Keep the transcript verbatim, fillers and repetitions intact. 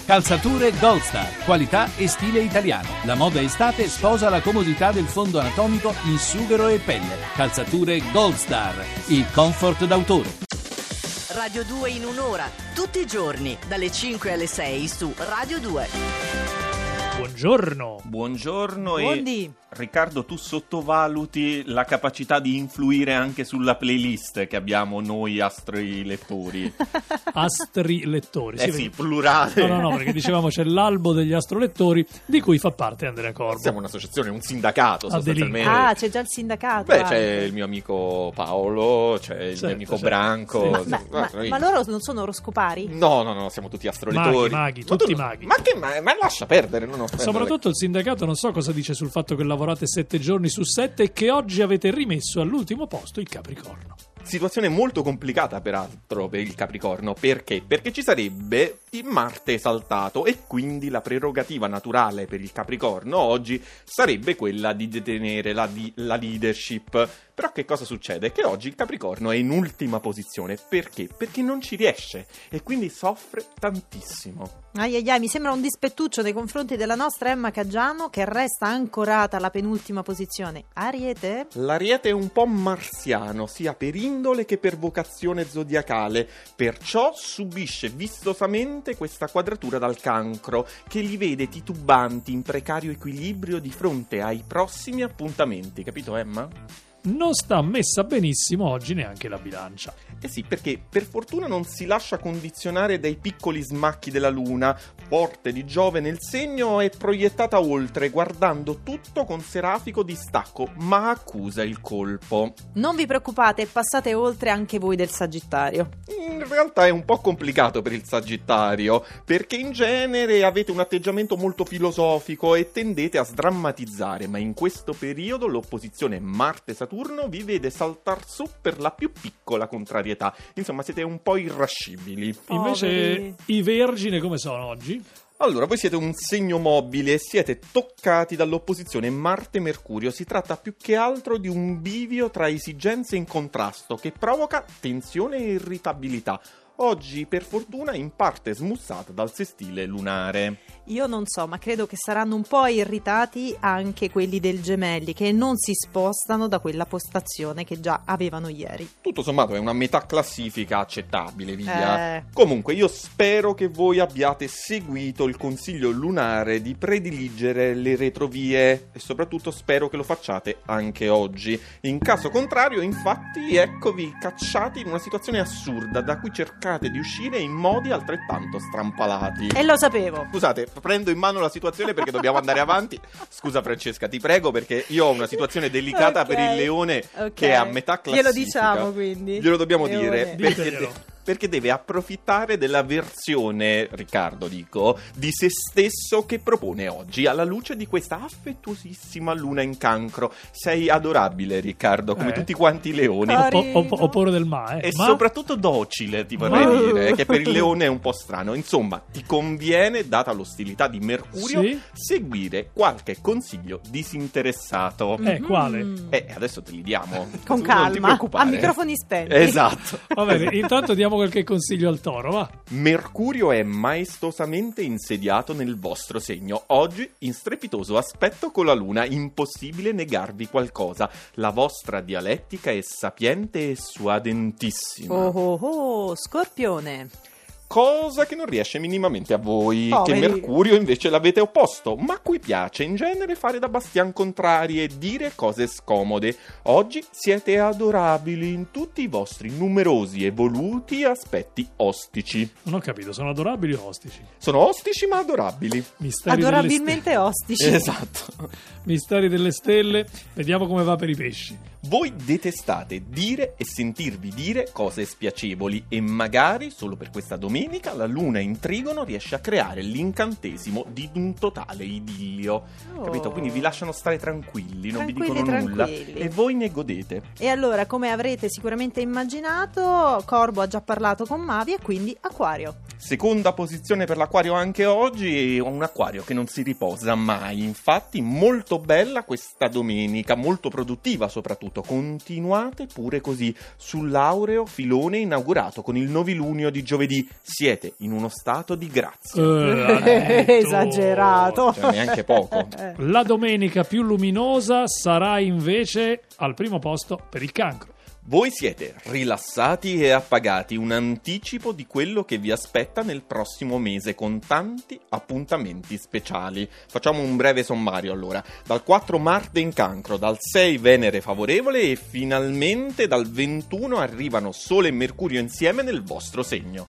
Calzature Gold Star, qualità e stile italiano. La moda estate sposa la comodità del fondo anatomico in sughero e pelle. Calzature Gold Star, il comfort d'autore. Radio due in un'ora, tutti i giorni, dalle cinque alle sei su Radio due. Buongiorno. Buongiorno. Buondì. E Riccardo, tu sottovaluti la capacità di influire anche sulla playlist che abbiamo noi astri lettori. Astri lettori. Eh sì, plurale. No, no, no, perché dicevamo c'è l'albo degli astrolettori di cui fa parte Andrea Corbo. Siamo un'associazione, un sindacato sostanzialmente. Ah, c'è già il sindacato. Beh, anche. c'è il mio amico Paolo, c'è il Certo, mio amico certo. Branco. Sì. Ma, Sì, ma- guarda, ma- noi- ma loro non sono oroscopari? No, no, no, siamo tutti astrolettori. Maghi, maghi, Ma tutti tu- maghi. Ma che ma, ma lascia perdere, non offendere. Soprattutto il sindacato non so cosa dice sul fatto che lavorate sette giorni su sette e che oggi avete rimesso all'ultimo posto il Capricorno. Situazione molto complicata peraltro per il Capricorno. Perché? Perché ci sarebbe il Marte esaltato e quindi la prerogativa naturale per il Capricorno oggi sarebbe quella di detenere la, di- la leadership. Però che cosa succede? Che oggi il Capricorno è in ultima posizione. Perché? Perché non ci riesce e quindi soffre tantissimo. Ai ai ai, mi sembra un dispettuccio nei confronti della nostra Emma Caggiano che resta ancorata alla penultima posizione. Ariete? L'Ariete è un po' marziano, sia per indole che per vocazione zodiacale, perciò subisce vistosamente questa quadratura dal Cancro, che li vede titubanti in precario equilibrio di fronte ai prossimi appuntamenti, capito Emma? Non sta messa benissimo oggi neanche la bilancia. Eh sì, perché per fortuna non si lascia condizionare dai piccoli smacchi della Luna, forte di Giove nel segno e proiettata oltre, guardando tutto con serafico distacco, ma accusa il colpo. Non vi preoccupate, passate oltre anche voi del Sagittario. In realtà è un po' complicato per il Sagittario, perché in genere avete un atteggiamento molto filosofico e tendete a sdrammatizzare, ma in questo periodo l'opposizione Marte-Saturno vi vede saltar su per la più piccola contrarietà. Insomma, siete un po' irascibili. Invece Poveri. i Vergine come sono oggi? Allora, voi siete un segno mobile e siete toccati dall'opposizione Marte-Mercurio. Si tratta più che altro di un bivio tra esigenze in contrasto che provoca tensione e irritabilità. Oggi, per fortuna, in parte smussata dal sestile lunare. Io non so, ma credo che saranno un po' irritati anche quelli del Gemelli, che non si spostano da quella postazione che già avevano ieri. Tutto sommato è una metà classifica accettabile, via. Eh. Comunque, io spero che voi abbiate seguito il consiglio lunare di prediligere le retrovie e soprattutto spero che lo facciate anche oggi. In caso contrario, infatti, eccovi cacciati in una situazione assurda da cui cercate di uscire in modi altrettanto strampalati. E lo sapevo. Scusate, prendo in mano la situazione perché dobbiamo andare avanti. Scusa Francesca, ti prego, perché io ho una situazione delicata Ok, per il leone ok. che è a metà classifica. Glielo diciamo, quindi. Glielo dobbiamo Leone. dire perché, Diteglielo. de- perché deve approfittare della versione, Riccardo dico, di se stesso che propone oggi alla luce di questa affettuosissima luna in Cancro. Sei adorabile, Riccardo, come Eh. tutti quanti i leoni. Ah, Ho, po- ho, ho paura del ma, eh. E Ma soprattutto docile, ti vorrei Ma- dire, che per il leone è un po' strano. Insomma, ti conviene, data l'ostilità di Mercurio, Sì? seguire qualche consiglio disinteressato. Eh, quale? Mm. Eh, adesso te li diamo. Con Non ti calma, preoccupare. a microfoni spenti. Esatto. Va bene, intanto diamo qualche consiglio al toro, va. Mercurio è maestosamente insediato nel vostro segno. Oggi, in strepitoso aspetto con la luna, impossibile negarvi qualcosa. La vostra dialettica è sapiente e suadentissima. Oh oh oh, Scorpione. Cosa che non riesce minimamente a voi, Poveri. che Mercurio invece l'avete opposto, ma a cui piace in genere fare da bastian contrari e dire cose scomode. Oggi siete adorabili in tutti i vostri numerosi e voluti aspetti ostici. Non ho capito, sono adorabili o ostici? Sono ostici ma adorabili. Misteri Adorabilmente delle ostici. Esatto. stelle. Misteri delle stelle, vediamo come va per i pesci. Voi detestate dire e sentirvi dire cose spiacevoli e magari, solo per questa domenica, la luna in trigono riesce a creare l'incantesimo di un totale idillio. Oh. Capito? Quindi vi lasciano stare tranquilli, non vi Tranquilli, dicono nulla tranquilli. e voi ne godete. E allora, come avrete sicuramente immaginato, Corbo ha già parlato con Mavi e quindi Acquario. Seconda posizione per l'acquario anche oggi, un acquario che non si riposa mai, infatti molto bella questa domenica, molto produttiva soprattutto, continuate pure così sull'aureo filone inaugurato con il novilunio di giovedì, siete in uno stato di grazia. Eh, Esagerato. Cioè, neanche poco. La domenica più luminosa sarà invece al primo posto per il Cancro. Voi siete rilassati e appagati, un anticipo di quello che vi aspetta nel prossimo mese con tanti appuntamenti speciali. Facciamo un breve sommario allora. Dal quattro Marte in Cancro, dal sei Venere favorevole e finalmente dal ventuno arrivano Sole e Mercurio insieme nel vostro segno.